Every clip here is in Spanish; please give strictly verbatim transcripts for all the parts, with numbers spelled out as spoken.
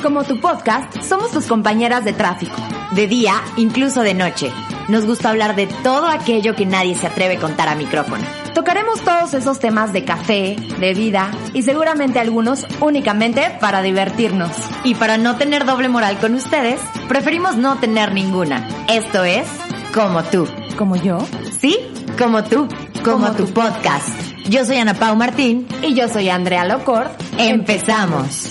Como tu podcast, somos tus compañeras de tráfico, de día, incluso de noche. Nos gusta hablar de todo aquello que nadie se atreve a contar a micrófono. Tocaremos todos esos temas de café, de vida y seguramente algunos únicamente para divertirnos. Y para no tener doble moral con ustedes, preferimos no tener ninguna. Esto es Como Tú. ¿Como yo? Sí, como tú, como, como tu, tu podcast. podcast. Yo soy Ana Pau Martín. Y yo soy Andrea Locord. Empezamos.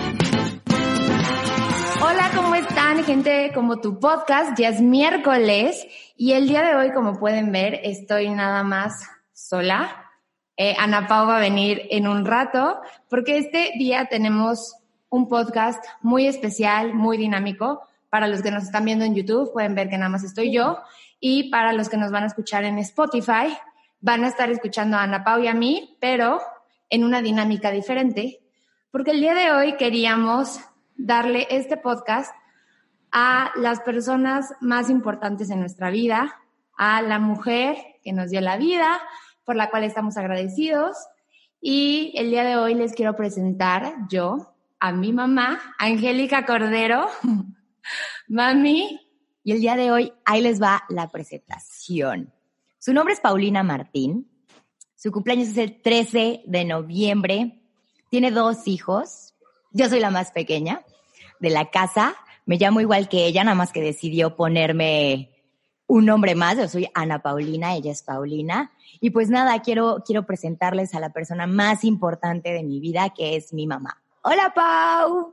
Hola, ¿cómo están, gente? Como tu podcast, ya es miércoles y el día de hoy, como pueden ver, estoy nada más sola. Eh, Ana Pau va a venir en un rato porque este día tenemos un podcast muy especial, muy dinámico. Para los que nos están viendo en YouTube pueden ver que nada más estoy yo, y para los que nos van a escuchar en Spotify van a estar escuchando a Ana Pau y a mí, pero en una dinámica diferente, porque el día de hoy queríamos darle este podcast a las personas más importantes en nuestra vida, a la mujer que nos dio la vida, por la cual estamos agradecidos. Y el día de hoy les quiero presentar yo a mi mamá, Angélica Cordero. Mami. Y el día de hoy, ahí les va la presentación. Su nombre es Paulina Martín. Su cumpleaños es el trece de noviembre. Tiene dos hijos. Yo soy la más pequeña de la casa. Me llamo igual que ella, nada más que decidió ponerme un nombre más. Yo soy Ana Paulina, ella es Paulina. Y pues nada, quiero, quiero presentarles a la persona más importante de mi vida, que es mi mamá. Hola, Pau.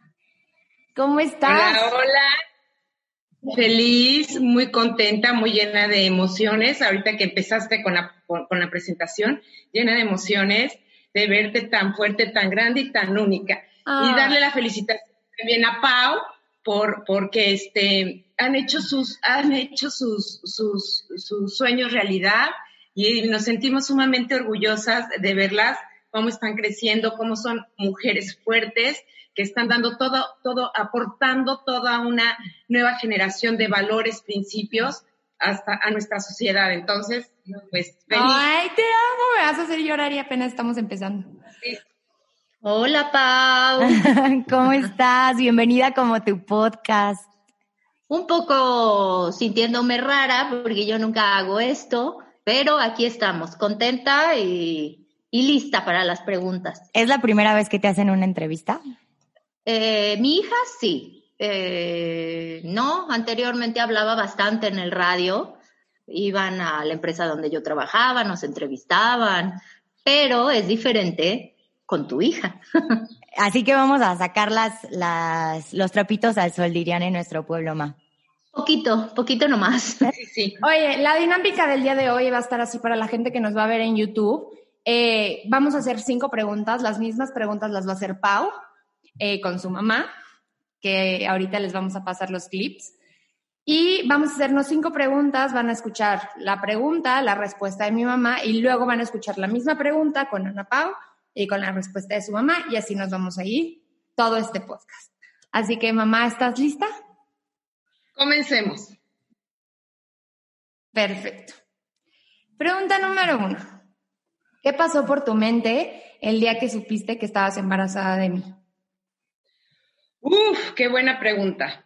¿Cómo estás? Hola, hola. Feliz, muy contenta, muy llena de emociones. Ahorita que empezaste con la, con, con la presentación, llena de emociones de verte tan fuerte, tan grande y tan única. Ah. Y darle la felicitación también a Pau por porque este han hecho sus han hecho sus sus sus sueños realidad, y nos sentimos sumamente orgullosas de verlas, cómo están creciendo, cómo son mujeres fuertes que están dando todo, todo, aportando toda una nueva generación de valores, principios, hasta a nuestra sociedad. Entonces, pues, feliz. Ay, te amo, me vas a hacer llorar y apenas estamos empezando. Sí. Hola, Pau. ¿Cómo estás? Bienvenida como tu podcast. Un poco sintiéndome rara, porque yo nunca hago esto, pero aquí estamos, contenta y, y lista para las preguntas. ¿Es la primera vez que te hacen una entrevista? Eh, mi hija sí, eh, no, anteriormente hablaba bastante en el radio, iban a la empresa donde yo trabajaba, nos entrevistaban, pero es diferente con tu hija. Así que vamos a sacar las, las, los trapitos al sol, dirían en nuestro pueblo, ma. Poquito, poquito nomás. Sí, sí. Oye, la dinámica del día de hoy va a estar así para la gente que nos va a ver en YouTube. Eh, vamos a hacer cinco preguntas, las mismas preguntas las va a hacer Pau. Eh, con su mamá, que ahorita les vamos a pasar los clips, y vamos a hacernos cinco preguntas. Van a escuchar la pregunta, la respuesta de mi mamá, y luego van a escuchar la misma pregunta con Ana Pau y con la respuesta de su mamá, y así nos vamos a ir todo este podcast. Así que, mamá, ¿estás lista? Comencemos. Perfecto. Pregunta número uno. ¿Qué pasó por tu mente el día que supiste que estabas embarazada de mí? Uf, qué buena pregunta.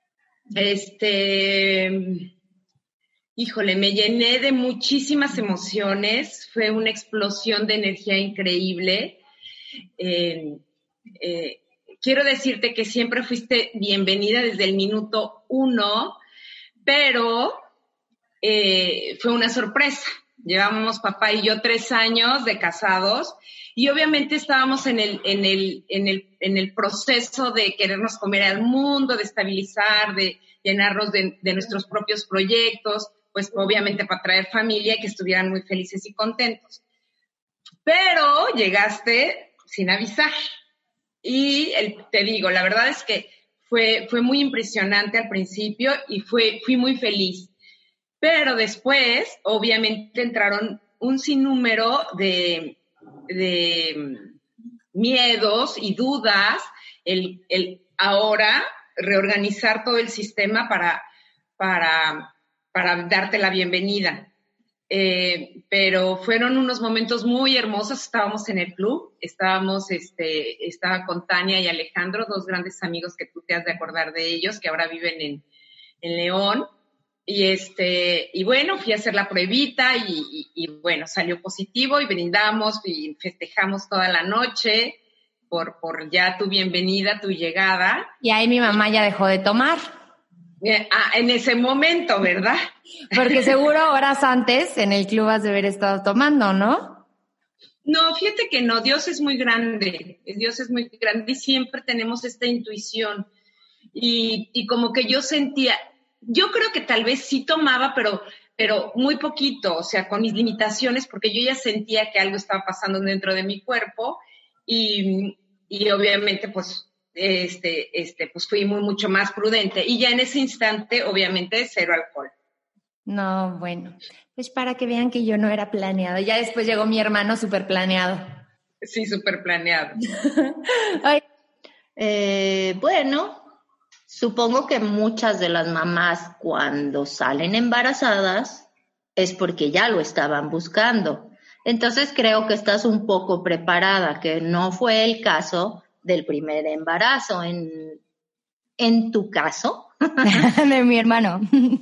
Este, híjole, me llené de muchísimas emociones, fue una explosión de energía increíble. Eh, eh, quiero decirte que siempre fuiste bienvenida desde el minuto uno, pero eh, fue una sorpresa. Llevábamos papá y yo tres años de casados y obviamente estábamos en el, en el, en el, en el proceso de querernos comer al mundo, de estabilizar, de llenarnos de, de nuestros propios proyectos, pues obviamente para traer familia y que estuvieran muy felices y contentos. Pero llegaste sin avisar y el, te digo, la verdad es que fue, fue muy impresionante al principio y fue, fui muy feliz. Pero después, obviamente, entraron un sinnúmero de, de miedos y dudas, el, el ahora reorganizar todo el sistema para, para, para darte la bienvenida. Eh, pero fueron unos momentos muy hermosos. Estábamos en el club, estábamos, este, estaba con Tania y Alejandro, dos grandes amigos que tú te has de acordar de ellos, que ahora viven en, en León. Y este, y bueno, fui a hacer la pruebita y, y, y bueno, salió positivo y brindamos y festejamos toda la noche por, por ya tu bienvenida, tu llegada. Y ahí mi mamá ya dejó de tomar. Eh, ah, en ese momento, ¿verdad? Porque seguro horas antes en el club has de haber estado tomando, ¿no? No, fíjate que no, Dios es muy grande, Dios es muy grande y siempre tenemos esta intuición. Y, y como que yo sentía, yo creo que tal vez sí tomaba, pero, pero muy poquito, o sea, con mis limitaciones, porque yo ya sentía que algo estaba pasando dentro de mi cuerpo y, y obviamente pues este, este, pues fui muy, mucho más prudente. Y ya en ese instante, obviamente, cero alcohol. No, bueno, pues para que vean que yo no era planeado. Ya después llegó mi hermano súper planeado. Sí, súper planeado. Ay. Eh, bueno, supongo que muchas de las mamás cuando salen embarazadas es porque ya lo estaban buscando. Entonces creo que estás un poco preparada, que no fue el caso del primer embarazo. En, en tu caso. De mi hermano.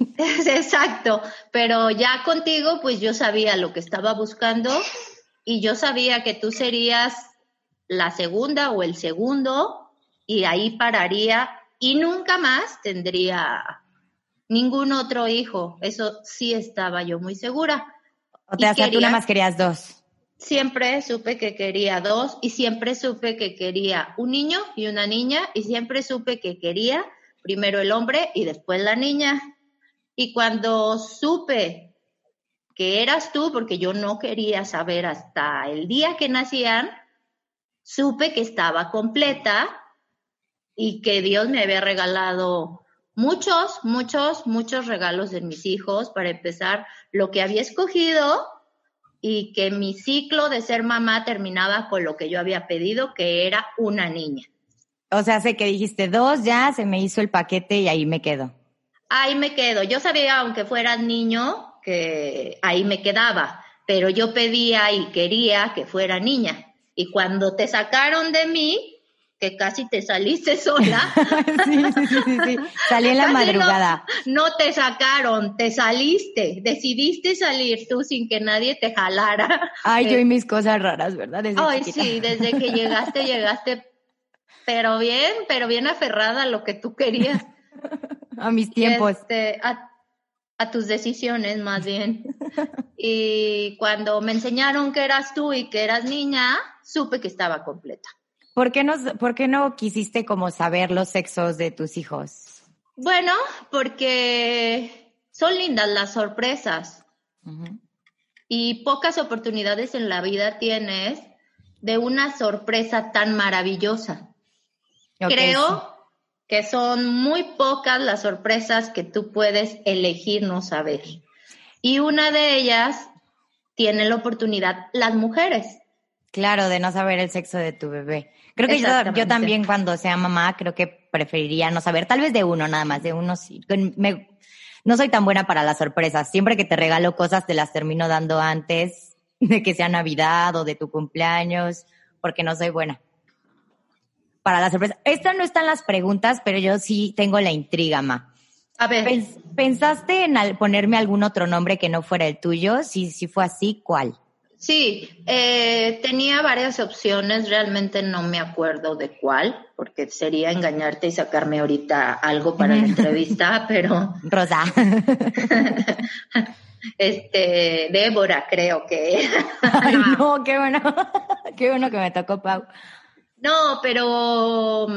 Exacto, pero ya contigo pues yo sabía lo que estaba buscando y yo sabía que tú serías la segunda o el segundo y ahí pararía y nunca más tendría ningún otro hijo. Eso sí estaba yo muy segura. O sea, quería, tú nada más querías dos. Siempre supe que quería dos y siempre supe que quería un niño y una niña y siempre supe que quería primero el hombre y después la niña. Y cuando supe que eras tú, porque yo no quería saber hasta el día que nacían, supe que estaba completa y que Dios me había regalado muchos, muchos, muchos regalos de mis hijos. Para empezar, lo que había escogido y que mi ciclo de ser mamá terminaba con lo que yo había pedido, que era una niña. O sea, sé que dijiste dos, ya se me hizo el paquete y ahí me quedo. Ahí me quedo. Yo sabía, aunque fueras niño, que ahí me quedaba, pero yo pedía y quería que fuera niña. Y cuando te sacaron de mí, que casi te saliste sola. sí, sí, sí, sí, sí. Salí en la madrugada. No, no te sacaron, te saliste. Decidiste salir tú sin que nadie te jalara. Ay, eh, yo y mis cosas raras, ¿verdad? Desde ay, chiquita. sí, desde que llegaste, llegaste, pero bien, pero bien aferrada a lo que tú querías. A mis tiempos. Este, a, a tus decisiones, más bien. Y cuando me enseñaron que eras tú y que eras niña, supe que estaba completa. ¿Por qué no, por qué no quisiste como saber los sexos de tus hijos? Bueno, porque son lindas las sorpresas. Uh-huh. Y pocas oportunidades en la vida tienes de una sorpresa tan maravillosa. Okay, Creo sí. que son muy pocas las sorpresas que tú puedes elegir no saber. Y una de ellas tiene la oportunidad las mujeres. Claro, de no saber el sexo de tu bebé. Creo que yo, yo también cuando sea mamá creo que preferiría no saber, tal vez de uno nada más, de uno sí. Me, no soy tan buena para las sorpresas. Siempre que te regalo cosas te las termino dando antes de que sea Navidad o de tu cumpleaños, porque no soy buena para las sorpresas. Esto no están las preguntas, pero yo sí tengo la intriga, Ma. A ver. ¿Pensaste en al ponerme algún otro nombre que no fuera el tuyo? Si, si fue así, ¿cuál? Sí, eh, tenía varias opciones, realmente no me acuerdo de cuál, porque sería engañarte y sacarme ahorita algo para la entrevista, pero... Rosa. este, Débora, creo que... Ay, no, qué bueno, qué bueno que me tocó, Pau. No, pero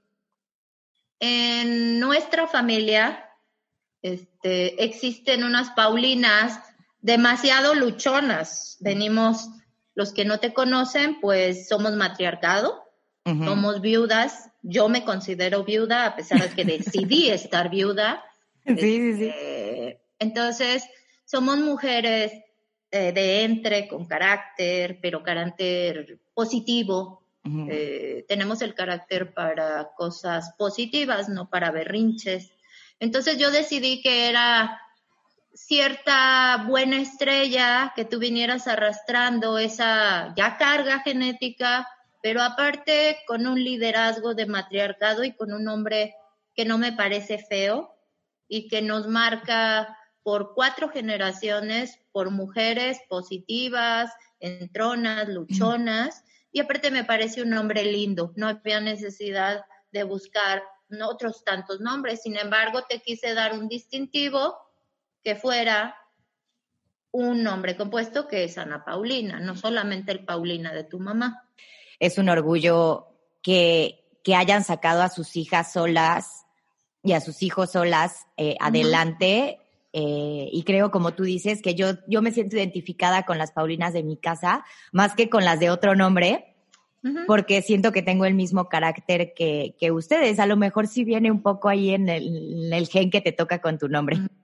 en nuestra familia este, existen unas Paulinas demasiado luchonas. Venimos, los que no te conocen, pues somos matriarcado, uh-huh. somos viudas. Yo me considero viuda a pesar de que decidí estar viuda. Sí, sí, sí. Eh, entonces, somos mujeres eh, de entre, con carácter, pero carácter positivo. Uh-huh. Eh, tenemos el carácter para cosas positivas, no para berrinches. Entonces yo decidí que era cierta buena estrella, que tú vinieras arrastrando esa ya carga genética, pero aparte con un liderazgo de matriarcado y con un hombre que no me parece feo y que nos marca por cuatro generaciones, por mujeres positivas, entronas, luchonas, y aparte me parece un hombre lindo. No había necesidad de buscar otros tantos nombres, sin embargo te quise dar un distintivo que fuera un nombre compuesto, que es Ana Paulina, no solamente el Paulina de tu mamá. Es un orgullo que, que hayan sacado a sus hijas solas y a sus hijos solas eh, adelante. Eh, y creo, como tú dices, que yo, yo me siento identificada con las Paulinas de mi casa, más que con las de otro nombre, uh-huh. porque siento que tengo el mismo carácter que, que ustedes. A lo mejor sí viene un poco ahí en el, en el gen que te toca con tu nombre. Uh-huh.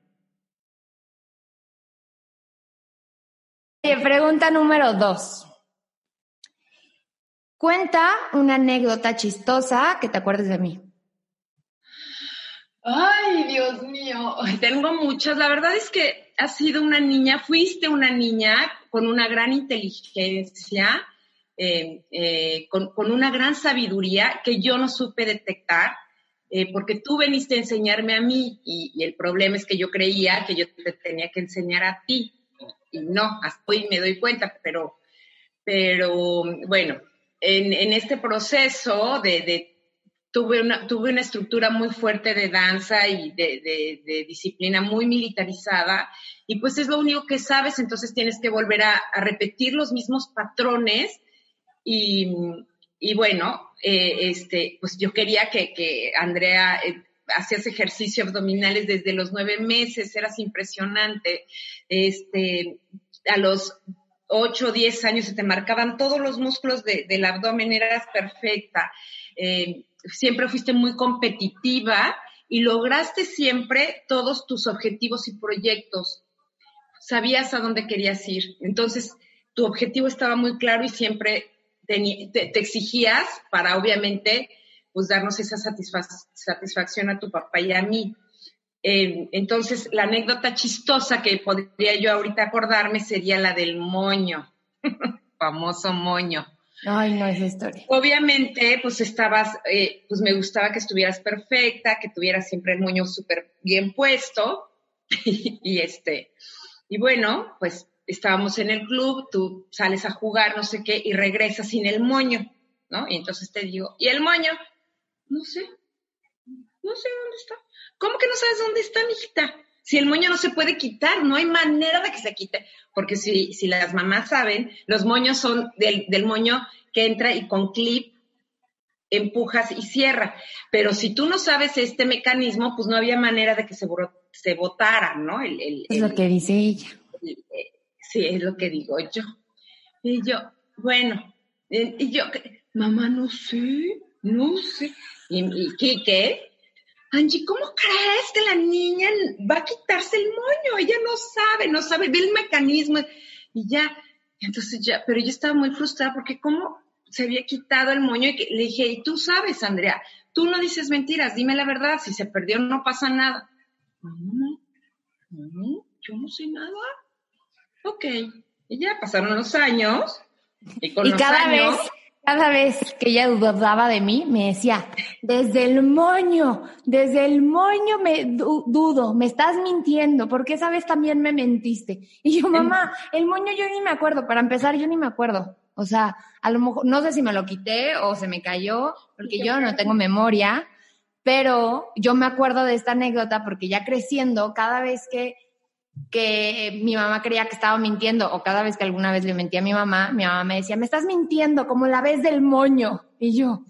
Pregunta número dos. Cuenta una anécdota chistosa que te acuerdes de mí. Ay, Dios mío, tengo muchas. La verdad es que has sido una niña, fuiste una niña con una gran inteligencia, eh, eh, con, con una gran sabiduría que yo no supe detectar, eh, porque tú veniste a enseñarme a mí y, y el problema es que yo creía que yo te tenía que enseñar a ti. Y no, hasta hoy me doy cuenta, pero, pero bueno, en, en este proceso de, de tuve una, tuve una estructura muy fuerte de danza y de, de, de disciplina muy militarizada, y pues es lo único que sabes, entonces tienes que volver a, a repetir los mismos patrones, y, y bueno, eh, este, pues yo quería que, que Andrea... Eh, hacías ejercicio abdominales desde los nueve meses, eras impresionante. Este, a los ocho o diez años se te marcaban todos los músculos de, del abdomen, eras perfecta. Eh, siempre fuiste muy competitiva y lograste siempre todos tus objetivos y proyectos. Sabías a dónde querías ir. Entonces, tu objetivo estaba muy claro y siempre te, te, te exigías para, obviamente, pues darnos esa satisfac- satisfacción a tu papá y a mí. Eh, entonces, la anécdota chistosa que podría yo ahorita acordarme sería la del moño, famoso moño. Ay, no, esa historia. Obviamente, pues estabas, eh, pues me gustaba que estuvieras perfecta, que tuvieras siempre el moño súper bien puesto, y, y este, y bueno, pues estábamos en el club, tú sales a jugar, no sé qué, y regresas sin el moño, ¿no? Y entonces te digo, ¿y el moño? No sé, no sé dónde está. ¿Cómo que no sabes dónde está, mijita? Si el moño no se puede quitar, no hay manera de que se quite. Porque si, si las mamás saben, los moños son del, del moño que entra y con clip empujas y cierra. Pero si tú no sabes este mecanismo, pues no había manera de que se, se botara, ¿no? El, el, es el, lo que dice ella. El, el, sí, es lo que digo yo. Y yo, bueno, y yo, mamá, no sé, no sé. Y, y Quique, Angie, ¿cómo crees que la niña va a quitarse el moño? Ella no sabe, no sabe, ve el mecanismo. Y ya, entonces ya, pero yo estaba muy frustrada porque cómo se había quitado el moño. Y que, le dije, y tú sabes, Andrea, tú no dices mentiras, dime la verdad, si se perdió no pasa nada. No, no, yo no sé nada. Ok, y ya pasaron los años. Y con y los cada años... vez... Cada vez que ella dudaba de mí, me decía, desde el moño, desde el moño me du- dudo, me estás mintiendo, porque esa vez también me mentiste. Y yo, mamá, el moño yo ni me acuerdo, para empezar yo ni me acuerdo. O sea, a lo mejor, no sé si me lo quité o se me cayó, porque yo no tengo memoria, pero yo me acuerdo de esta anécdota porque ya creciendo, cada vez que que mi mamá creía que estaba mintiendo, o cada vez que alguna vez le mentí a mi mamá, mi mamá me decía, me estás mintiendo, como la vez del moño. Y yo,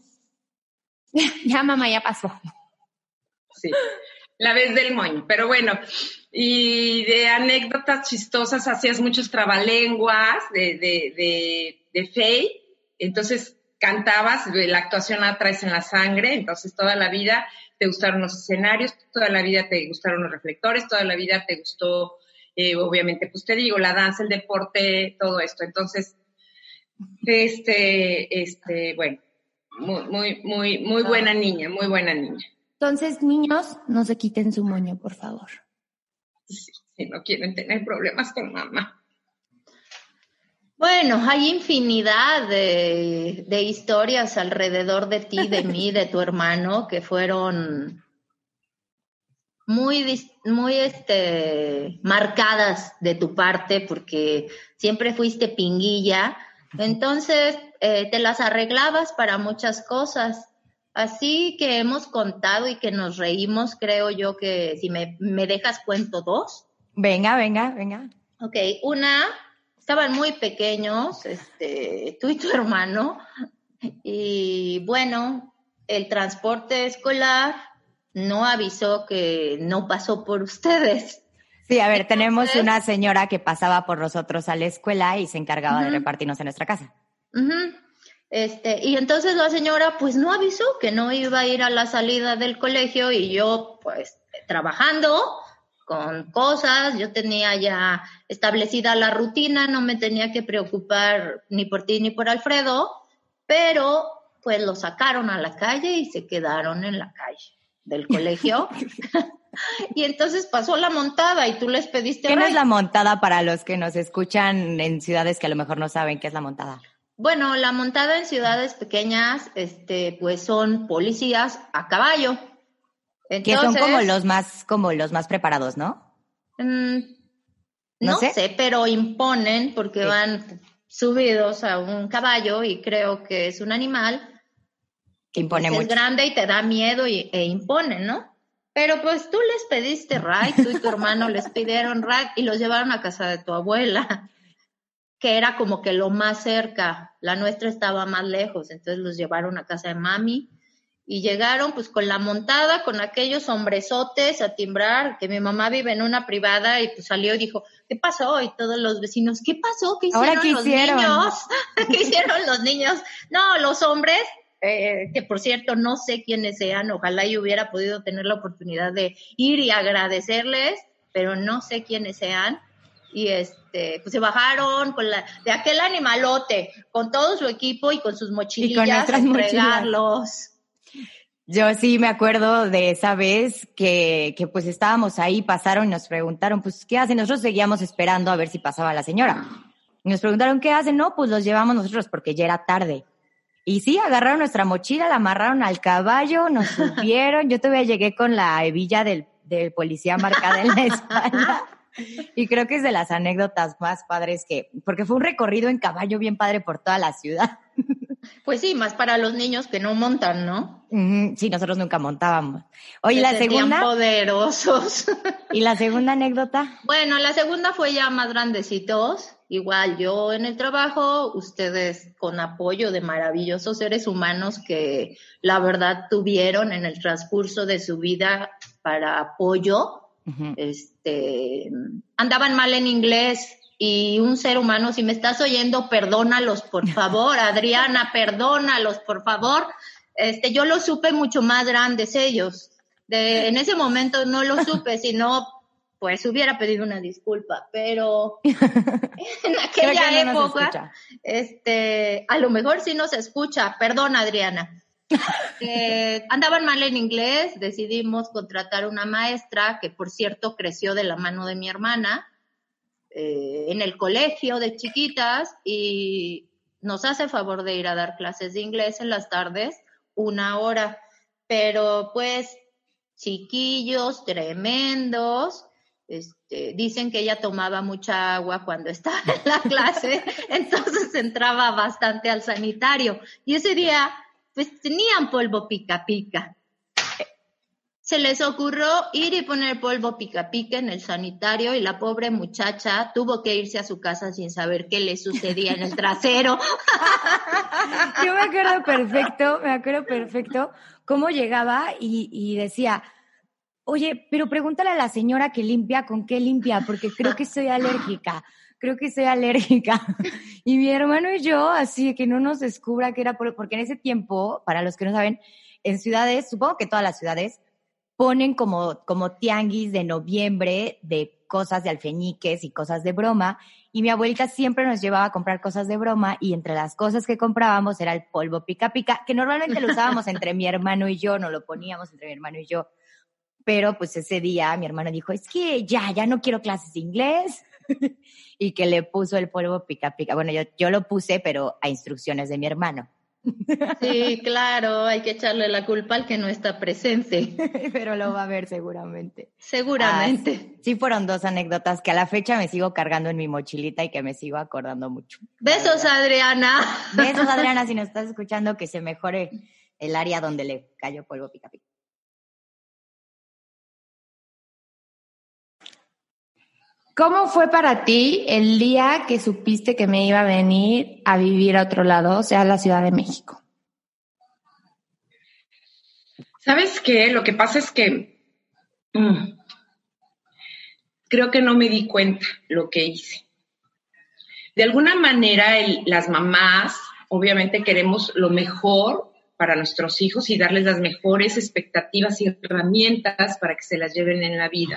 ya mamá, ya pasó. Sí, la vez del moño. Pero bueno, y de anécdotas chistosas, hacías muchos trabalenguas de, de, de, de Fey, entonces cantabas, la actuación la traes en la sangre, entonces toda la vida te gustaron los escenarios, toda la vida te gustaron los reflectores, toda la vida te gustó, eh, obviamente, pues te digo, la danza, el deporte, todo esto. Entonces, este, este, bueno, muy, muy, muy, muy buena niña, muy buena niña. Entonces, niños, no se quiten su moño, por favor. Sí. si no quieren tener problemas con mamá. Bueno, hay infinidad de, de historias alrededor de ti, de mí, de tu hermano, que fueron muy, muy este, marcadas de tu parte, porque siempre fuiste pinguilla. Entonces, eh, te las arreglabas para muchas cosas. Así que hemos contado y que nos reímos, creo yo que si me, me dejas cuento dos. Venga, venga, venga. Ok, una, estaban muy pequeños, este, tú y tu hermano, y bueno, el transporte escolar no avisó que no pasó por ustedes. Sí, a ver, Entonces, tenemos una señora que pasaba por nosotros a la escuela y se encargaba uh-huh. de repartirnos en nuestra casa. Uh-huh. Este, y entonces la señora pues no avisó que no iba a ir a la salida del colegio y yo pues trabajando con cosas, yo tenía ya establecida la rutina, no me tenía que preocupar ni por ti ni por Alfredo, pero pues lo sacaron a la calle y se quedaron en la calle del colegio. Y entonces pasó la montada y tú les pediste ¿Qué ride. no es la montada para los que nos escuchan en ciudades que a lo mejor no saben qué es la montada? Bueno, la montada en ciudades pequeñas, este, pues son policías a caballo. Entonces, que son como los más, como los más preparados, ¿no? Mmm, no, no sé? sé, pero imponen porque sí. van subidos a un caballo y creo que es un animal que impone pues mucho. Es grande y te da miedo y, e impone, ¿no? Pero pues tú les pediste ride, tú y tu hermano les pidieron ride y los llevaron a casa de tu abuela, que era como que lo más cerca. La nuestra estaba más lejos, entonces los llevaron a casa de mami y llegaron pues con la montada, con aquellos hombrezotes a timbrar, que mi mamá vive en una privada y pues salió y dijo, ¿qué pasó? Y todos los vecinos, ¿qué pasó? ¿Qué hicieron ¿Ahora qué los hicieron? niños? ¿Qué hicieron los niños? No, los hombres, eh, que por cierto no sé quiénes sean, ojalá yo hubiera podido tener la oportunidad de ir y agradecerles, pero no sé quiénes sean. Y este, pues se bajaron con la, de aquel animalote, con todo su equipo y con sus mochilillas a entregarlos. Mochilas. Yo sí me acuerdo de esa vez que, que pues estábamos ahí, pasaron y nos preguntaron, pues, ¿qué hacen? Nosotros seguíamos esperando a ver si pasaba la señora. Y nos preguntaron, ¿qué hacen? No, pues los llevamos nosotros porque ya era tarde. Y sí, agarraron nuestra mochila, la amarraron al caballo, nos subieron. Yo todavía llegué con la hebilla del, del policía marcada en la espalda. Y creo que es de las anécdotas más padres que, porque fue un recorrido en caballo bien padre por toda la ciudad. Pues sí, más para los niños que no montan, ¿no? Mm-hmm. Sí, nosotros nunca montábamos. Oye, Se la segunda. Poderosos. ¿Y la segunda anécdota? Bueno, la segunda fue ya más grandecitos. Igual yo en el trabajo, ustedes con apoyo de maravillosos seres humanos que la verdad tuvieron en el transcurso de su vida para apoyo. Uh-huh. Este, andaban mal en inglés y un ser humano, si me estás oyendo, perdónalos, por favor, Adriana, perdónalos, por favor. Este, yo lo supe mucho más grandes ellos. De, en ese momento no lo supe, sino pues hubiera pedido una disculpa, pero en aquella no época, este, a lo mejor sí nos escucha, perdón, Adriana. Eh, andaban mal en inglés, decidimos contratar una maestra que por cierto creció de la mano de mi hermana eh, en el colegio de chiquitas y nos hace favor de ir a dar clases de inglés en las tardes, una hora, pero pues chiquillos tremendos, este, dicen que ella tomaba mucha agua cuando estaba en la clase, entonces entraba bastante al sanitario y ese día pues tenían polvo pica pica. Se les ocurrió ir y poner polvo pica pica en el sanitario y la pobre muchacha tuvo que irse a su casa sin saber qué le sucedía en el trasero. Yo me acuerdo perfecto, me acuerdo perfecto cómo llegaba y, y decía, oye, pero pregúntale a la señora que limpia con qué limpia, porque creo que soy alérgica. Creo que soy alérgica. Y mi hermano y yo, así que no nos descubra que era por, porque en ese tiempo, para los que no saben, en ciudades, supongo que todas las ciudades, ponen como, como tianguis de noviembre de cosas de alfeñiques y cosas de broma. Y mi abuelita siempre nos llevaba a comprar cosas de broma y entre las cosas que comprábamos era el polvo pica pica, que normalmente lo usábamos entre mi hermano y yo, no lo poníamos entre mi hermano y yo. pero pues ese día mi hermano dijo, es que ya, ya no quiero clases de inglés. Y que le puso el polvo pica pica. Bueno, yo, yo lo puse, pero a instrucciones de mi hermano. Sí, claro, hay que echarle la culpa al que no está presente. Pero lo va a ver seguramente. Seguramente. Ah, sí fueron dos anécdotas que a la fecha me sigo cargando en mi mochilita y que me sigo acordando mucho. Besos, Adriana. Besos, Adriana, si nos estás escuchando, que se mejore el área donde le cayó polvo pica pica. ¿Cómo fue para ti el día que supiste que me iba a venir a vivir a otro lado, o sea, a la Ciudad de México? ¿Sabes qué? Lo que pasa es que mmm, creo que no me di cuenta lo que hice. De alguna manera, el, las mamás, obviamente queremos lo mejor para nuestros hijos y darles las mejores expectativas y herramientas para que se las lleven en la vida.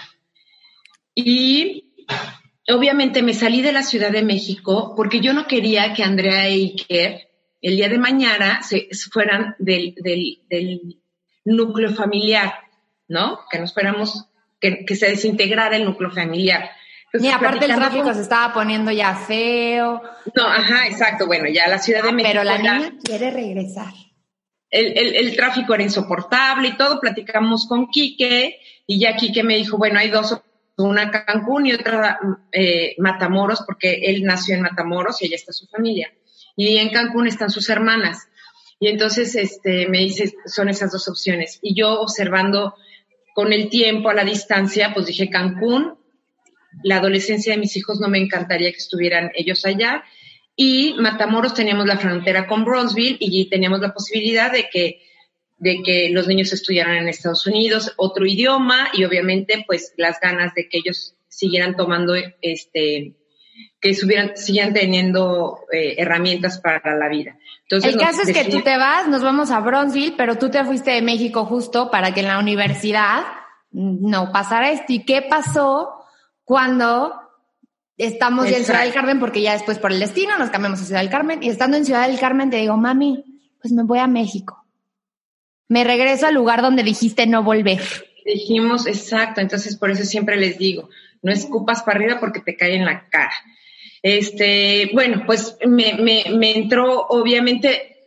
Y obviamente me salí de la Ciudad de México porque yo no quería que Andrea e Iker el día de mañana se fueran del, del, del núcleo familiar, ¿no? Que nos fuéramos, que, que se desintegrara el núcleo familiar. Entonces, y aparte el tráfico con... se estaba poniendo ya feo. No, ajá, exacto. Bueno, ya la Ciudad de México... Pero la ya, niña quiere regresar. El, el, el tráfico era insoportable y todo. Platicamos con Quique y ya Quique me dijo, bueno, hay dos opciones. Una Cancún y otra eh, Matamoros, porque él nació en Matamoros y allá está su familia. Y en Cancún están sus hermanas. Y entonces este, me dice, son esas dos opciones. Y yo observando con el tiempo, a la distancia, pues dije Cancún, la adolescencia de mis hijos no me encantaría que estuvieran ellos allá. Y Matamoros teníamos la frontera con Bronzeville y teníamos la posibilidad de que de que los niños estudiaran en Estados Unidos otro idioma y obviamente pues las ganas de que ellos siguieran tomando, este, que subieran, sigan teniendo eh, herramientas para la vida. Entonces, el caso es decidimos... que tú te vas, nos vamos a Bronzeville, pero tú te fuiste de México justo para que en la universidad no pasara esto. ¿Y qué pasó cuando estamos ya en Ciudad del Carmen? Porque ya después por el destino nos cambiamos a Ciudad del Carmen y estando en Ciudad del Carmen te digo, mami, pues me voy a México. Me regreso al lugar donde dijiste no volver. Dijimos, exacto, entonces por eso siempre les digo, no escupas para arriba porque te cae en la cara. Este, bueno, pues me, me, me entró, obviamente,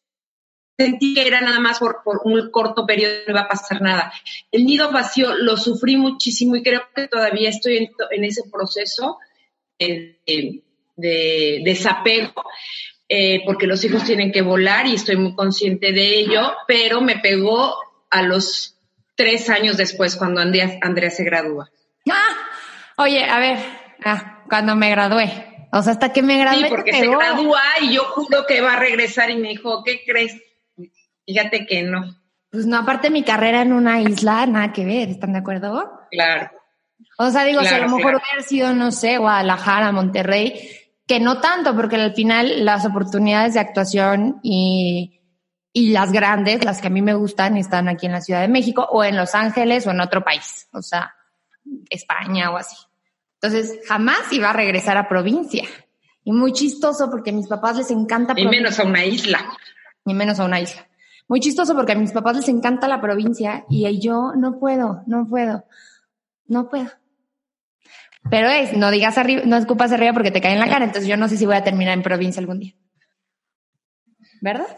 sentí que era nada más por, por un corto periodo, no iba a pasar nada. El nido vacío lo sufrí muchísimo y creo que todavía estoy en, en ese proceso de, de, de desapego. Eh, porque los hijos tienen que volar y estoy muy consciente de ello, pero me pegó a los tres años después cuando Andrea, Andrea se gradúa. Ah, oye, a ver, ah, cuando me gradué, o sea, hasta que me gradué. Sí, porque se pegó. Gradúa y yo juro que va a regresar y me dijo, ¿qué crees? Fíjate que no. Pues no, aparte mi carrera en una isla, nada que ver, ¿están de acuerdo? Claro. O sea, digo, claro, si a lo mejor claro. hubiera sido, no sé, Guadalajara, Monterrey, que no tanto, porque al final las oportunidades de actuación y, y las grandes, las que a mí me gustan, están aquí en la Ciudad de México o en Los Ángeles o en otro país, o sea, España o así. Entonces, jamás iba a regresar a provincia. Y muy chistoso porque a mis papás les encanta... Y provincia. menos a una isla. Y menos a una isla. Muy chistoso porque a mis papás les encanta la provincia y yo no puedo, no puedo, no puedo. Pero es, no digas arriba, no escupas arriba porque te cae en la cara, entonces yo no sé si voy a terminar en provincia algún día. ¿Verdad?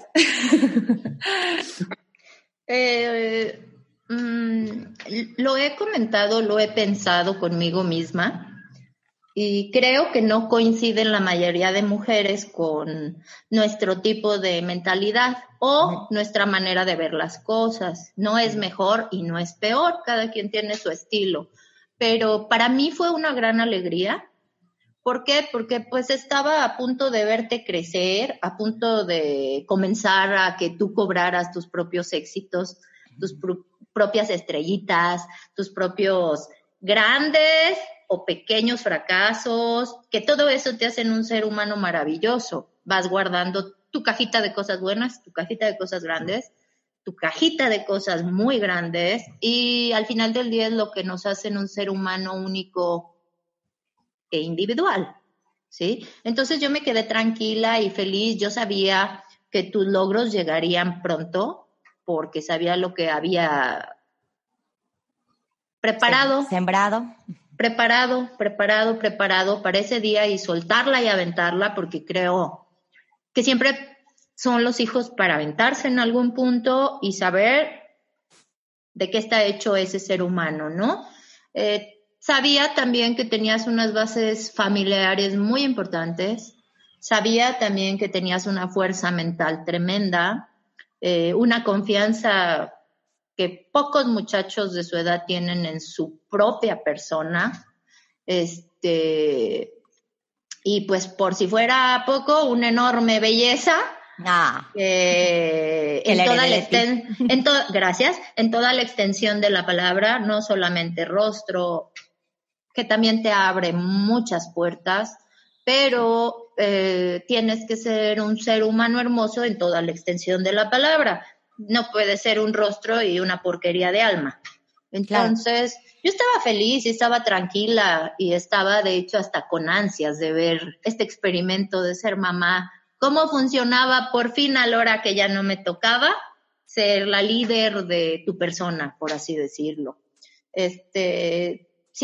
eh, mm, lo he comentado, lo he pensado conmigo misma y creo que no coinciden la mayoría de mujeres con nuestro tipo de mentalidad o nuestra manera de ver las cosas. No es mejor y no es peor, cada quien tiene su estilo. Pero para mí fue una gran alegría. ¿Por qué? Porque pues estaba a punto de verte crecer, a punto de comenzar a que tú cobraras tus propios éxitos, tus pr- propias estrellitas, tus propios grandes o pequeños fracasos, que todo eso te hacen un ser humano maravilloso. Vas guardando tu cajita de cosas buenas, tu cajita de cosas grandes, tu cajita de cosas muy grandes y al final del día es lo que nos hace un ser humano único e individual, ¿sí? Entonces yo me quedé tranquila y feliz. Yo sabía que tus logros llegarían pronto porque sabía lo que había preparado. Sembrado. Preparado, preparado, preparado para ese día y soltarla y aventarla, porque creo que siempre son los hijos para aventarse en algún punto y saber de qué está hecho ese ser humano, ¿no? Eh, sabía también que tenías unas bases familiares muy importantes, sabía también que tenías una fuerza mental tremenda, eh, una confianza que pocos muchachos de su edad tienen en su propia persona, este, y pues por si fuera poco, una enorme belleza. Ah, Eh, en toda la exten- en to- gracias, en toda la extensión de la palabra, no solamente rostro, que también te abre muchas puertas, pero eh, tienes que ser un ser humano hermoso en toda la extensión de la palabra. No puede ser un rostro y una porquería de alma. Entonces, claro, yo estaba feliz y estaba tranquila y estaba, de hecho, hasta con ansias de ver este experimento de ser mamá, cómo funcionaba por fin a la hora que ya no me tocaba ser la líder de tu persona, por así decirlo. Este,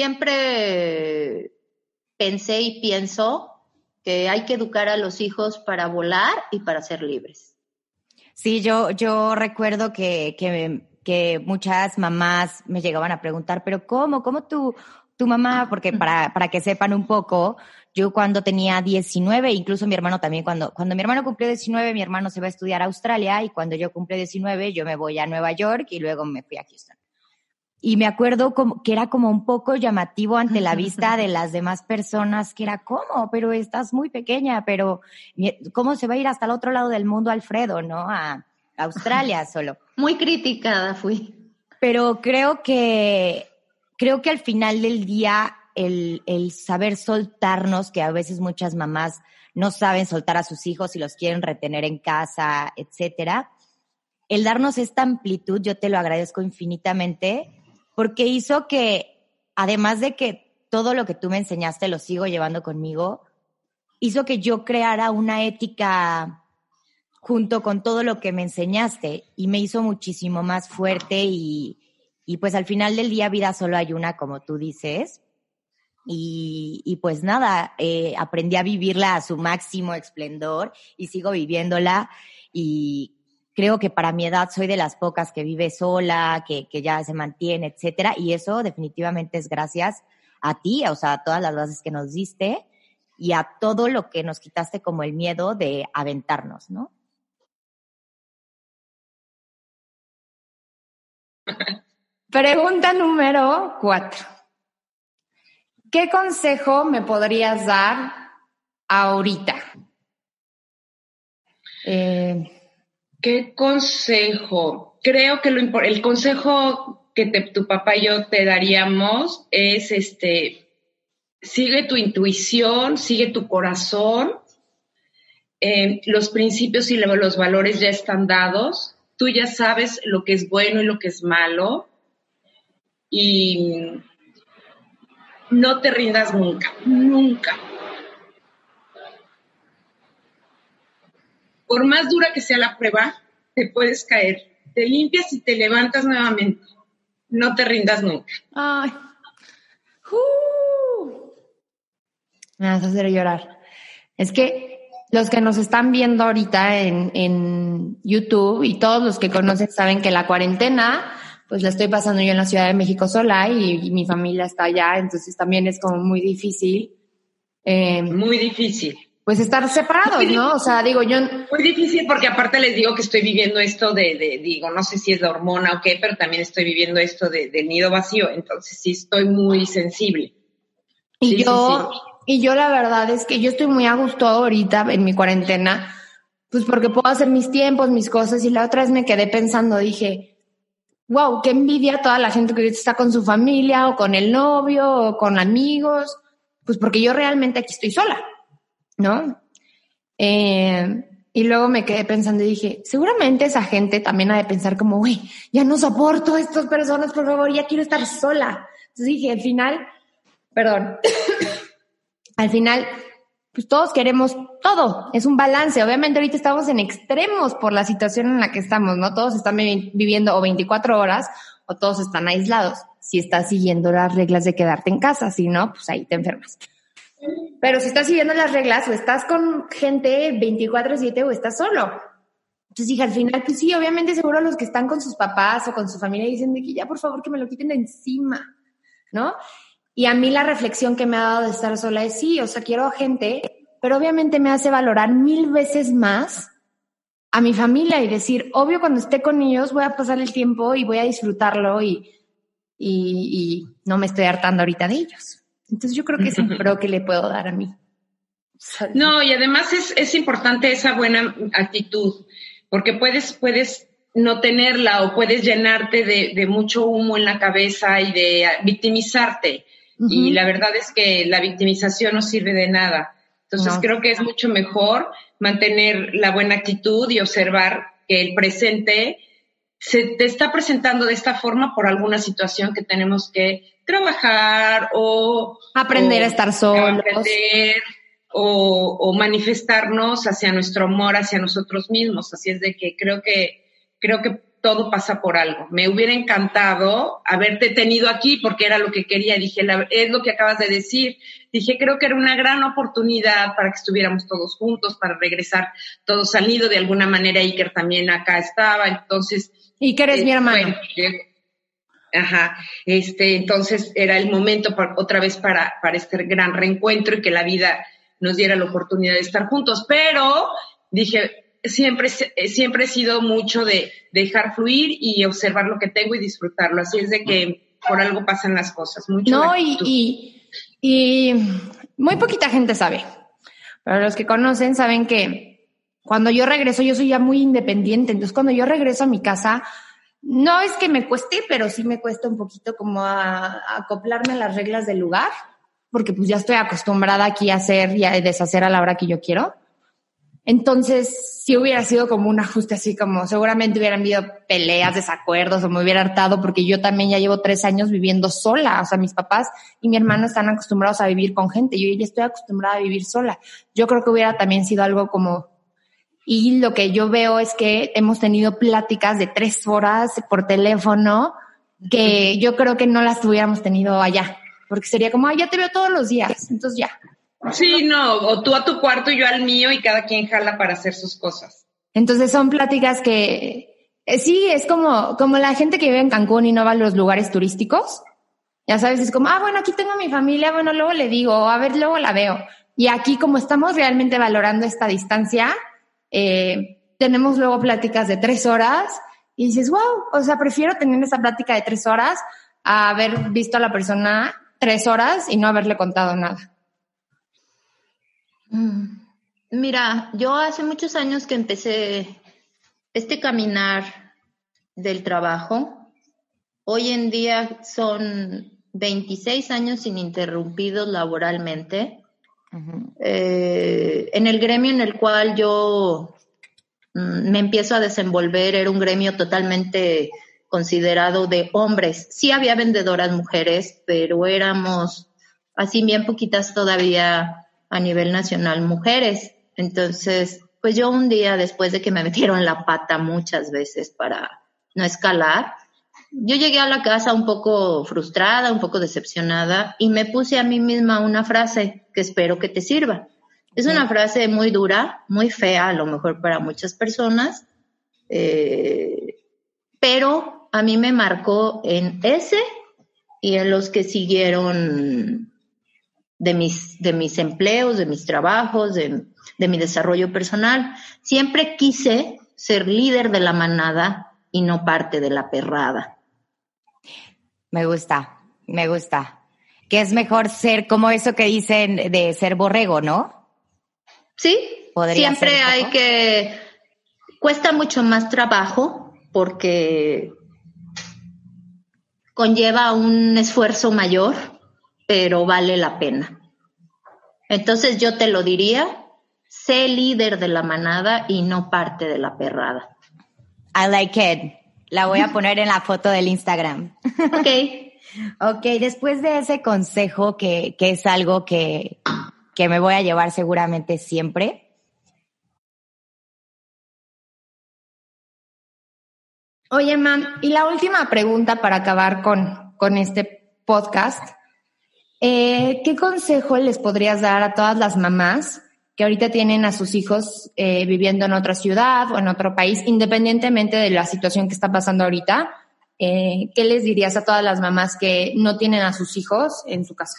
siempre pensé y pienso que hay que educar a los hijos para volar y para ser libres. Sí, yo, yo recuerdo que, que, que muchas mamás me llegaban a preguntar, pero ¿cómo? ¿Cómo tu, tu mamá? Porque para, para que sepan un poco, yo cuando tenía diecinueve, incluso mi hermano también, cuando, cuando mi hermano cumplió diecinueve, mi hermano se va a estudiar a Australia, y cuando yo cumplí diecinueve, yo me voy a Nueva York y luego me fui a Houston. Y me acuerdo como que era como un poco llamativo ante la vista de las demás personas, que era, ¿cómo? Pero estás muy pequeña, pero ¿cómo se va a ir hasta el otro lado del mundo Alfredo, no? A Australia solo. Muy criticada fui. Pero creo que, creo que al final del día, el, el saber soltarnos, que a veces muchas mamás no saben soltar a sus hijos y los quieren retener en casa, etcétera, el darnos esta amplitud, yo te lo agradezco infinitamente, porque hizo que, además de que todo lo que tú me enseñaste lo sigo llevando conmigo, hizo que yo creara una ética junto con todo lo que me enseñaste, y me hizo muchísimo más fuerte, y, y pues al final del día vida solo hay una, como tú dices, y, y pues nada, eh, aprendí a vivirla a su máximo esplendor y sigo viviéndola, y creo que para mi edad soy de las pocas que vive sola, que, que ya se mantiene, etcétera, y eso definitivamente es gracias a ti, o sea, a todas las bases que nos diste y a todo lo que nos quitaste como el miedo de aventarnos, ¿no? Pregunta número cuatro. ¿Qué consejo me podrías dar ahorita? Eh... ¿Qué consejo? Creo que lo, el consejo que te, tu papá y yo te daríamos es, este, sigue tu intuición, sigue tu corazón, eh, los principios y los valores ya están dados, tú ya sabes lo que es bueno y lo que es malo, y no te rindas nunca, nunca. Por más dura que sea la prueba, te puedes caer. Te limpias y te levantas nuevamente. No te rindas nunca. Ay. Uh. Me vas a hacer llorar. Es que los que nos están viendo ahorita en, en YouTube y todos los que conocen saben que la cuarentena, pues la estoy pasando yo en la Ciudad de México sola, y, y mi familia está allá, entonces también es como muy difícil. Eh, muy difícil. Pues estar separados, ¿no? O sea, digo, yo... Muy difícil, porque aparte les digo que estoy viviendo esto de, de digo, no sé si es la hormona o qué, pero también estoy viviendo esto de, del nido vacío, entonces sí estoy muy sensible. Y sí, yo, sí, sí. y yo la verdad es que yo estoy muy a gusto ahorita en mi cuarentena, pues porque puedo hacer mis tiempos, mis cosas, y la otra vez me quedé pensando, dije, wow, qué envidia toda la gente que ahorita está con su familia, o con el novio, o con amigos, pues porque yo realmente aquí estoy sola, ¿no? Eh, y luego me quedé pensando y dije, seguramente esa gente también ha de pensar como, güey, ya no soporto a estas personas, por favor, ya quiero estar sola. Entonces dije, al final, perdón, al final, pues todos queremos todo, es un balance. Obviamente ahorita estamos en extremos por la situación en la que estamos, ¿no? Todos están viviendo o veinticuatro horas o todos están aislados. si estás siguiendo las reglas de quedarte en casa, si no, pues ahí te enfermas. Pero si estás siguiendo las reglas o estás con gente veinticuatro siete o estás solo. Entonces dije, al final, pues sí, obviamente seguro los que están con sus papás o con su familia dicen de que ya por favor que me lo quiten de encima, ¿no? Y a mí la reflexión que me ha dado de estar sola es sí, o sea, quiero gente, pero obviamente me hace valorar mil veces más a mi familia y decir, obvio, cuando esté con ellos voy a pasar el tiempo y voy a disfrutarlo y, y, y no me estoy hartando ahorita de ellos. Entonces yo creo que es un pro que le puedo dar a mí. No, y además es, es importante esa buena actitud, porque puedes, puedes no tenerla o puedes llenarte de, de mucho humo en la cabeza y de victimizarte. Uh-huh. Y la verdad es que la victimización no sirve de nada. Entonces no. Creo que es mucho mejor mantener la buena actitud y observar que el presente se te está presentando de esta forma por alguna situación que tenemos que trabajar o aprender o, a estar solos. Aprender, o, o manifestarnos hacia nuestro amor, hacia nosotros mismos. Así es de que creo que creo que todo pasa por algo. Me hubiera encantado haberte tenido aquí porque era lo que quería. Dije, la, es lo que acabas de decir. Dije, creo que era una gran oportunidad para que estuviéramos todos juntos, para regresar todos al nido. De alguna manera Iker también acá estaba. Entonces, Iker es eh, mi hermano. Bueno, ajá. Este, entonces era el momento para, otra vez para, para este gran reencuentro y que la vida nos diera la oportunidad de estar juntos. Pero dije, siempre, siempre he sido mucho de dejar fluir y observar lo que tengo y disfrutarlo. Así es de que por algo pasan las cosas. Mucho no, y, y, y muy poquita gente sabe. Pero los que conocen saben que cuando yo regreso, yo soy ya muy independiente. Entonces, cuando yo regreso a mi casa, no es que me cueste, pero sí me cuesta un poquito como a, a acoplarme a las reglas del lugar, porque pues ya estoy acostumbrada aquí a hacer y a deshacer a la hora que yo quiero. Entonces, si hubiera sido como un ajuste así como seguramente hubieran habido peleas, desacuerdos o me hubiera hartado porque yo también ya llevo tres años viviendo sola. O sea, mis papás y mi hermano están acostumbrados a vivir con gente. Yo ya estoy acostumbrada a vivir sola. Yo creo que hubiera también sido algo como... Y lo que yo veo es que hemos tenido pláticas de tres horas por teléfono que yo creo que no las hubiéramos tenido allá. Porque sería como, ay, ya te veo todos los días. Entonces ya. Sí, no, o tú a tu cuarto y yo al mío y cada quien jala para hacer sus cosas. Entonces son pláticas que, eh, sí, es como, como la gente que vive en Cancún y no va a los lugares turísticos. Ya sabes, es como, ah, bueno, aquí tengo a mi familia, bueno, luego le digo, a ver, luego la veo. Y aquí como estamos realmente valorando esta distancia, eh, tenemos luego pláticas de tres horas y dices, wow, o sea, prefiero tener esa plática de tres horas a haber visto a la persona tres horas y no haberle contado nada. Mira, yo hace muchos años que empecé este caminar del trabajo. Hoy en día son veintiséis años ininterrumpidos laboralmente. Uh-huh. Eh, en el gremio en el cual yo mm, me empiezo a desenvolver era un gremio totalmente considerado de hombres. Sí había vendedoras mujeres, pero éramos así bien poquitas todavía a nivel nacional mujeres. Entonces, pues yo un día después de que me metieron la pata muchas veces para no escalar, yo llegué a la casa un poco frustrada, un poco decepcionada y me puse a mí misma una frase que espero que te sirva. Es una frase muy dura, muy fea a lo mejor para muchas personas, eh, pero a mí me marcó en ese y en los que siguieron de mis, de mis empleos, de mis trabajos, de, de mi desarrollo personal. Siempre quise ser líder de la manada y no parte de la perrada. Me gusta, me gusta. Que es mejor ser como eso que dicen de ser borrego, ¿no? Sí, siempre hay que... Cuesta mucho más trabajo porque conlleva un esfuerzo mayor, pero vale la pena. Entonces yo te lo diría, sé líder de la manada y no parte de la perrada. I like it. La voy a poner en la foto del Instagram. Ok. Ok, después de ese consejo que, que es algo que, que me voy a llevar seguramente siempre. Oye, Mam, y la última pregunta para acabar con, con este podcast. Eh, ¿Qué consejo les podrías dar a todas las mamás que ahorita tienen a sus hijos eh, viviendo en otra ciudad o en otro país, independientemente de la situación que está pasando ahorita? Eh, ¿Qué les dirías a todas las mamás que no tienen a sus hijos en su casa?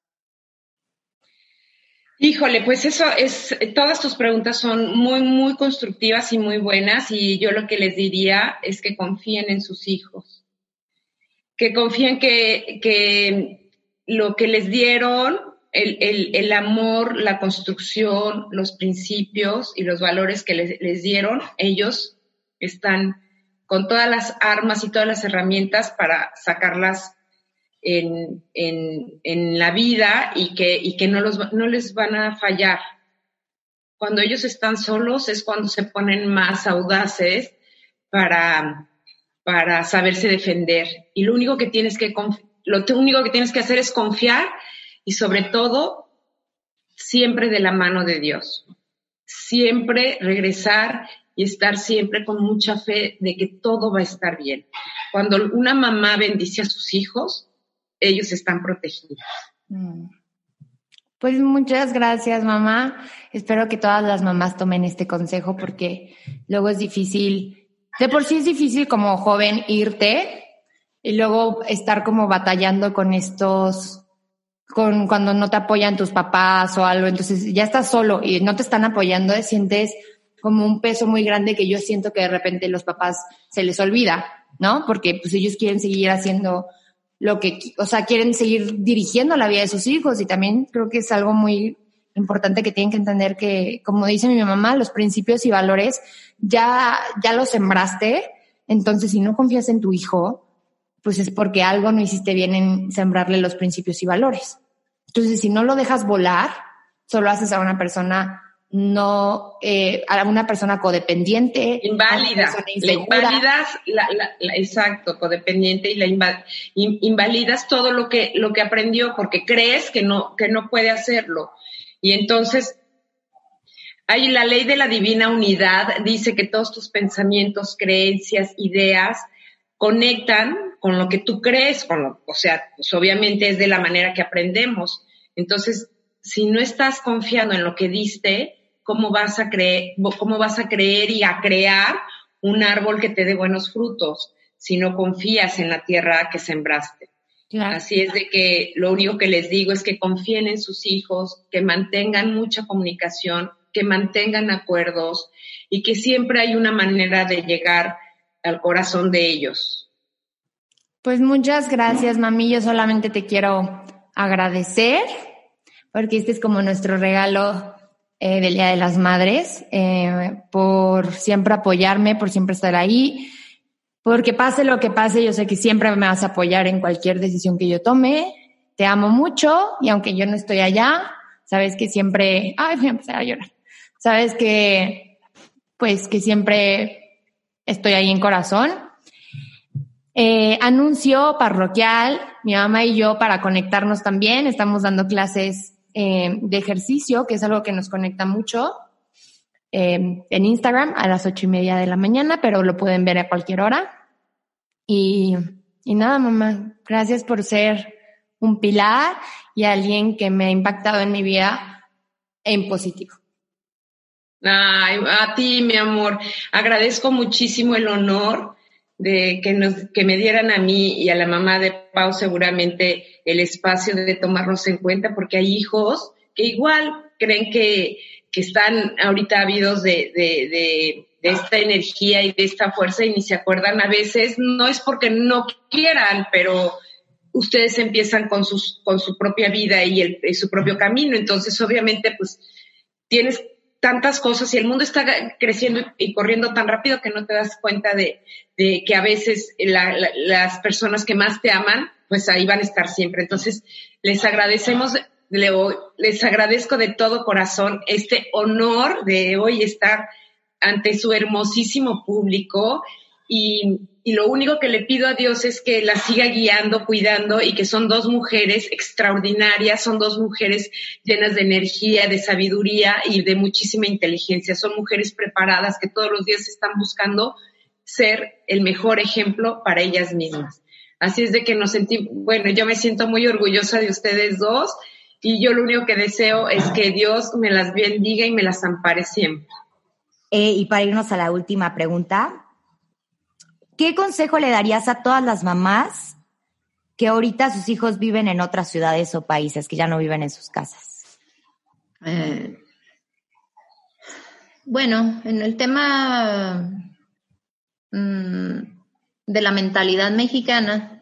Híjole, pues eso es, todas tus preguntas son muy, muy constructivas y muy buenas, y yo lo que les diría es que confíen en sus hijos, que confíen que, que lo que les dieron, el, el, el amor, la construcción, los principios y los valores que les, les dieron, ellos están con todas las armas y todas las herramientas para sacarlas En, en, en la vida y que, y que no, los, no les van a fallar. Cuando ellos están solos es cuando se ponen más audaces para, para saberse defender. Y lo único que tienes que, lo único que tienes que hacer es confiar, y sobre todo, siempre de la mano de Dios. Siempre regresar y estar siempre con mucha fe de que todo va a estar bien. Cuando una mamá bendice a sus hijos, ellos están protegidos. Pues muchas gracias, mamá. Espero que todas las mamás tomen este consejo, porque luego es difícil, de por sí es difícil como joven irte y luego estar como batallando con estos, con cuando no te apoyan tus papás o algo, entonces ya estás solo y no te están apoyando, sientes como un peso muy grande que yo siento que de repente los papás se les olvida, ¿no? Porque pues ellos quieren seguir haciendo lo que, o sea, quieren seguir dirigiendo la vida de sus hijos, y también creo que es algo muy importante que tienen que entender que, como dice mi mamá, los principios y valores ya, ya los sembraste, entonces si no confías en tu hijo, pues es porque algo no hiciste bien en sembrarle los principios y valores. Entonces, si no lo dejas volar, solo haces a una persona no, eh, a una persona codependiente, inválida, la invalidas, la, la, la, exacto, codependiente, y la inva, in, invalidas todo lo que lo que aprendió porque crees que no que no puede hacerlo. Y entonces hay la ley de la divina unidad, dice que todos tus pensamientos, creencias, ideas conectan con lo que tú crees, con lo, o sea, pues obviamente es de la manera que aprendemos. Entonces, si no estás confiando en lo que diste, ¿cómo vas a creer, cómo vas a creer y a crear un árbol que te dé buenos frutos si no confías en la tierra que sembraste? Claro. Así es de que lo único que les digo es que confíen en sus hijos, que mantengan mucha comunicación, que mantengan acuerdos y que siempre hay una manera de llegar al corazón de ellos. Pues muchas gracias, mami. Yo solamente te quiero agradecer, porque este es como nuestro regalo eh, del Día de las Madres, eh, por siempre apoyarme, por siempre estar ahí, porque pase lo que pase, yo sé que siempre me vas a apoyar en cualquier decisión que yo tome. Te amo mucho, y aunque yo no estoy allá, sabes que siempre, ay, voy a empezar a llorar, sabes que, pues que siempre estoy ahí en corazón. Eh, anuncio parroquial, mi mamá y yo, para conectarnos también, estamos dando clases eh, de ejercicio, que es algo que nos conecta mucho, eh, en Instagram a las ocho y media de la mañana, pero lo pueden ver a cualquier hora. Y, y nada, mamá, gracias por ser un pilar y alguien que me ha impactado en mi vida en positivo. Ay, a ti, mi amor, agradezco muchísimo el honor de que nos, que me dieran a mí y a la mamá de Pau seguramente el espacio de tomarnos en cuenta, porque hay hijos que igual creen que, que están ahorita ávidos de, de, de, de esta energía y de esta fuerza y ni se acuerdan. A veces no es porque no quieran, pero ustedes empiezan con sus, con su propia vida y, el, y su propio camino. Entonces, obviamente, pues, tienes tantas cosas y el mundo está creciendo y corriendo tan rápido que no te das cuenta de, de que a veces la, la, las personas que más te aman, pues ahí van a estar siempre. Entonces, les agradecemos, les agradezco de todo corazón este honor de hoy estar ante su hermosísimo público, y, y lo único que le pido a Dios es que la siga guiando, cuidando, y que son dos mujeres extraordinarias, son dos mujeres llenas de energía, de sabiduría y de muchísima inteligencia. Son mujeres preparadas que todos los días están buscando ser el mejor ejemplo para ellas mismas. Así es de que nos sentí, bueno, yo me siento muy orgullosa de ustedes dos y yo lo único que deseo es que Dios me las bendiga y me las ampare siempre. Eh, y para irnos a la última pregunta, ¿qué consejo le darías a todas las mamás que ahorita sus hijos viven en otras ciudades o países, que ya no viven en sus casas? Eh, bueno, en el tema mmm, de la mentalidad mexicana,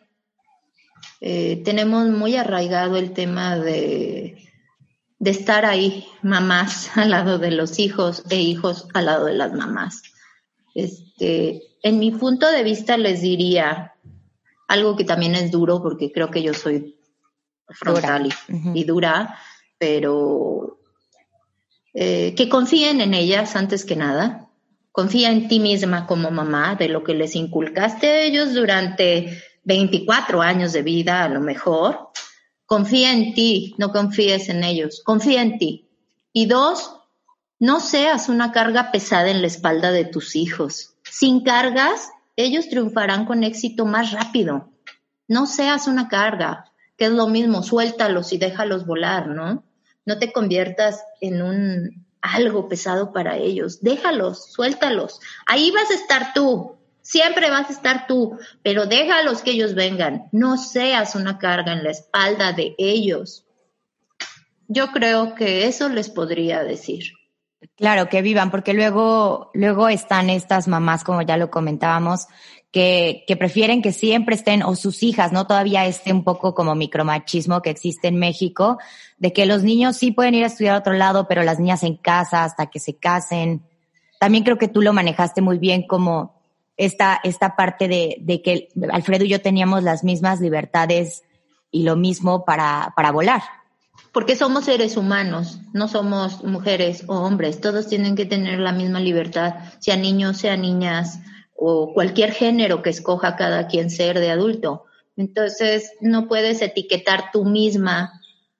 eh, tenemos muy arraigado el tema de, de estar ahí, mamás al lado de los hijos e hijos al lado de las mamás. Este, en mi punto de vista les diría algo que también es duro, porque creo que yo soy frontal y, uh-huh. y dura, pero eh, que confíen en ellas antes que nada. Confía en ti misma como mamá, de lo que les inculcaste a ellos durante veinticuatro años de vida, a lo mejor. Confía en ti, no confíes en ellos. Confía en ti. Y dos, no seas una carga pesada en la espalda de tus hijos. Sin cargas, ellos triunfarán con éxito más rápido. No seas una carga, que es lo mismo, suéltalos y déjalos volar, ¿no? No te conviertas en un algo pesado para ellos. Déjalos, suéltalos. Ahí vas a estar tú, siempre vas a estar tú, pero déjalos que ellos vengan. No seas una carga en la espalda de ellos. Yo creo que eso les podría decir. Claro, que vivan, porque luego, luego están estas mamás, como ya lo comentábamos, que, que prefieren que siempre estén, o sus hijas, ¿no? Todavía este un poco como micromachismo que existe en México, de que los niños sí pueden ir a estudiar a otro lado, pero las niñas en casa hasta que se casen. También creo que tú lo manejaste muy bien, como esta, esta parte de, de que Alfredo y yo teníamos las mismas libertades y lo mismo para, para volar. Porque somos seres humanos, no somos mujeres o hombres. Todos tienen que tener la misma libertad, sea niños, sea niñas, o cualquier género que escoja cada quien ser de adulto. Entonces, no puedes etiquetar tú misma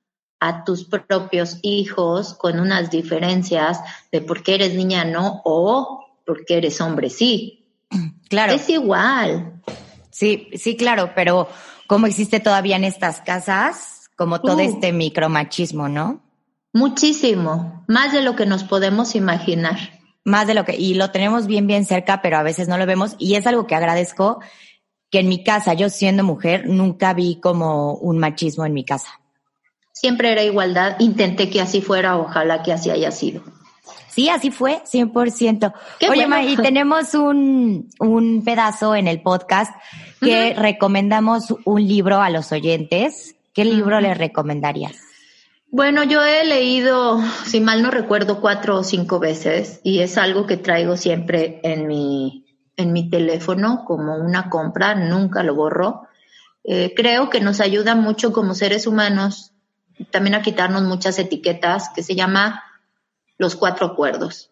a tus propios hijos con unas diferencias de por qué eres niña no, o por qué eres hombre sí. Claro. Es igual. Sí, sí, claro, pero ¿cómo existe todavía en estas casas? Como todo uh, este micromachismo, ¿no? Muchísimo, más de lo que nos podemos imaginar. Más de lo que, y lo tenemos bien, bien cerca, pero a veces no lo vemos, y es algo que agradezco, que en mi casa, yo siendo mujer, nunca vi como un machismo en mi casa. Siempre era igualdad, intenté que así fuera, ojalá que así haya sido. Sí, así fue, cien por ciento. Qué Oye, bueno. Ma, y tenemos un, un pedazo en el podcast que uh-huh. recomendamos un libro a los oyentes. ¿Qué libro le recomendarías? Bueno, yo he leído, si mal no recuerdo, cuatro o cinco veces y es algo que traigo siempre en mi, en mi teléfono como una compra, nunca lo borro. Eh, creo que nos ayuda mucho como seres humanos también a quitarnos muchas etiquetas, que se llama Los Cuatro Acuerdos.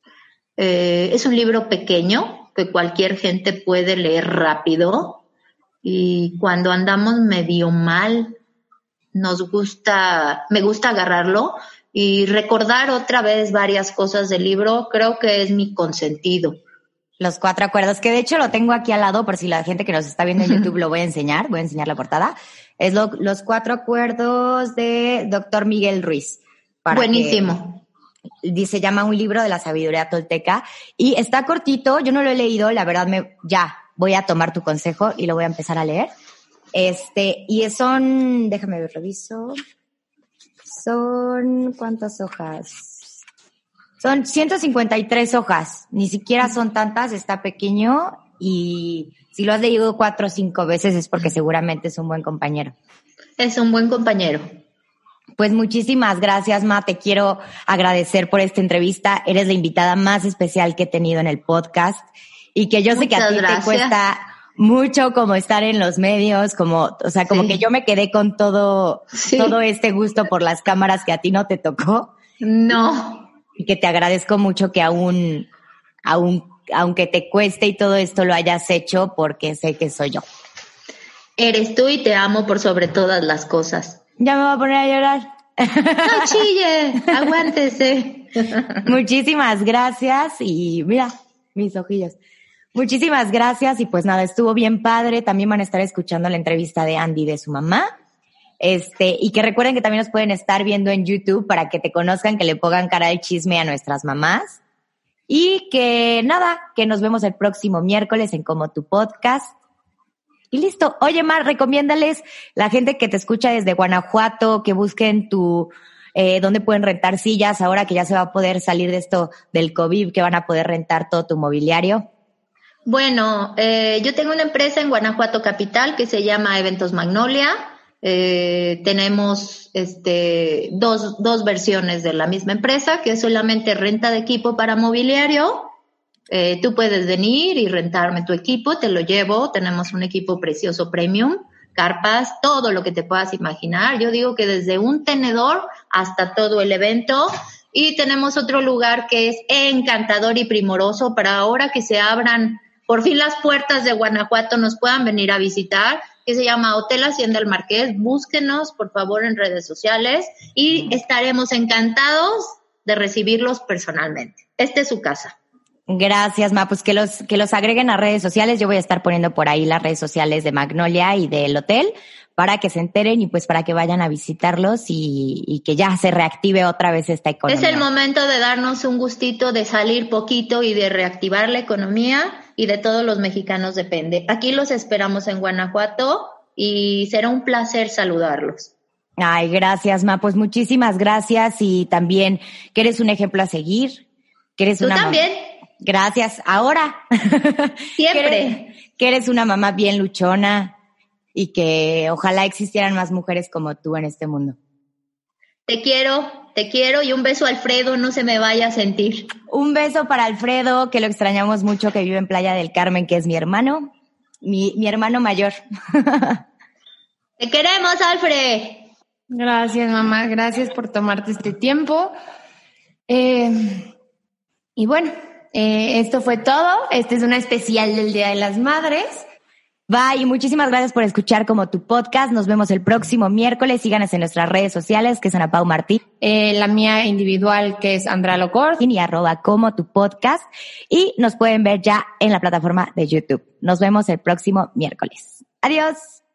Eh, es un libro pequeño que cualquier gente puede leer rápido y cuando andamos medio mal, nos gusta, me gusta agarrarlo y recordar otra vez varias cosas del libro, creo que es mi consentido. Los Cuatro Acuerdos, que de hecho lo tengo aquí al lado por si la gente que nos está viendo en YouTube lo voy a enseñar, voy a enseñar la portada. Es lo, Los Cuatro Acuerdos de doctor Miguel Ruiz. Buenísimo. Que, se llama Un libro de la sabiduría tolteca y está cortito, yo no lo he leído, la verdad me, ya voy a tomar tu consejo y lo voy a empezar a leer. Este, y son, déjame ver, reviso, son, ¿cuántas hojas? Son ciento cincuenta y tres hojas, ni siquiera son tantas, está pequeño y si lo has leído cuatro o cinco veces es porque seguramente es un buen compañero. Es un buen compañero. Pues muchísimas gracias, Ma, te quiero agradecer por esta entrevista, eres la invitada más especial que he tenido en el podcast y que yo sé Muchas que a ti gracias. te cuesta mucho como estar en los medios, como, o sea, como sí. que yo me quedé con todo, sí. todo este gusto por las cámaras que a ti no te tocó. No. Y que te agradezco mucho que aún, aún, aunque te cueste y todo esto lo hayas hecho porque sé que soy yo. Eres tú y te amo por sobre todas las cosas. Ya me voy a poner a llorar. No chille, aguántese. Muchísimas gracias y mira, mis ojillos. Muchísimas gracias y pues nada, estuvo bien padre. También van a estar escuchando la entrevista de Andy de su mamá. Este, y que recuerden que también nos pueden estar viendo en YouTube para que te conozcan, que le pongan cara de chisme a nuestras mamás. Y que nada, que nos vemos el próximo miércoles en Como Tu Podcast. Y listo. Oye, Mar, recomiéndales la gente que te escucha desde Guanajuato, que busquen tu, eh, dónde pueden rentar sillas ahora que ya se va a poder salir de esto del COVID, que van a poder rentar todo tu mobiliario. Bueno, eh, yo tengo una empresa en Guanajuato Capital que se llama Eventos Magnolia. Eh, tenemos este dos, dos versiones de la misma empresa, que es solamente renta de equipo para mobiliario. Eh, tú puedes venir y rentarme tu equipo, te lo llevo. Tenemos un equipo precioso premium, carpas, todo lo que te puedas imaginar. Yo digo que desde un tenedor hasta todo el evento. Y tenemos otro lugar que es encantador y primoroso para ahora que se abran por fin las puertas de Guanajuato, nos puedan venir a visitar, que se llama Hotel Hacienda El Marqués. Búsquenos, por favor, en redes sociales y estaremos encantados de recibirlos personalmente. Esta es su casa. Gracias, Ma. Pues que los, que los agreguen a redes sociales. Yo voy a estar poniendo por ahí las redes sociales de Magnolia y del hotel para que se enteren y pues para que vayan a visitarlos y, y que ya se reactive otra vez esta economía. Es el momento de darnos un gustito, de salir poquito y de reactivar la economía, y de todos los mexicanos depende. Aquí los esperamos en Guanajuato y será un placer saludarlos. Ay, gracias, Ma. Pues muchísimas gracias y también que eres un ejemplo a seguir. Que eres ¿Tú una también? Mamá. Gracias. Ahora. Siempre. que, eres, que eres una mamá bien luchona y que ojalá existieran más mujeres como tú en este mundo. Te quiero, te quiero y un beso a Alfredo, no se me vaya a sentir. Un beso para Alfredo, que lo extrañamos mucho, que vive en Playa del Carmen, que es mi hermano, mi, mi hermano mayor. Te queremos, Alfred. Gracias, mamá. Gracias por tomarte este tiempo. Eh, y bueno, eh, esto fue todo. Este es una especial del Día de las Madres. Bye, y muchísimas gracias por escuchar Como Tu Podcast. Nos vemos el próximo miércoles. Síganos en nuestras redes sociales, que es Ana Pau Martín. Eh, la mía individual, que es Andrea Locor. Y arroba Como Tu Podcast. Y nos pueden ver ya en la plataforma de YouTube. Nos vemos el próximo miércoles. Adiós.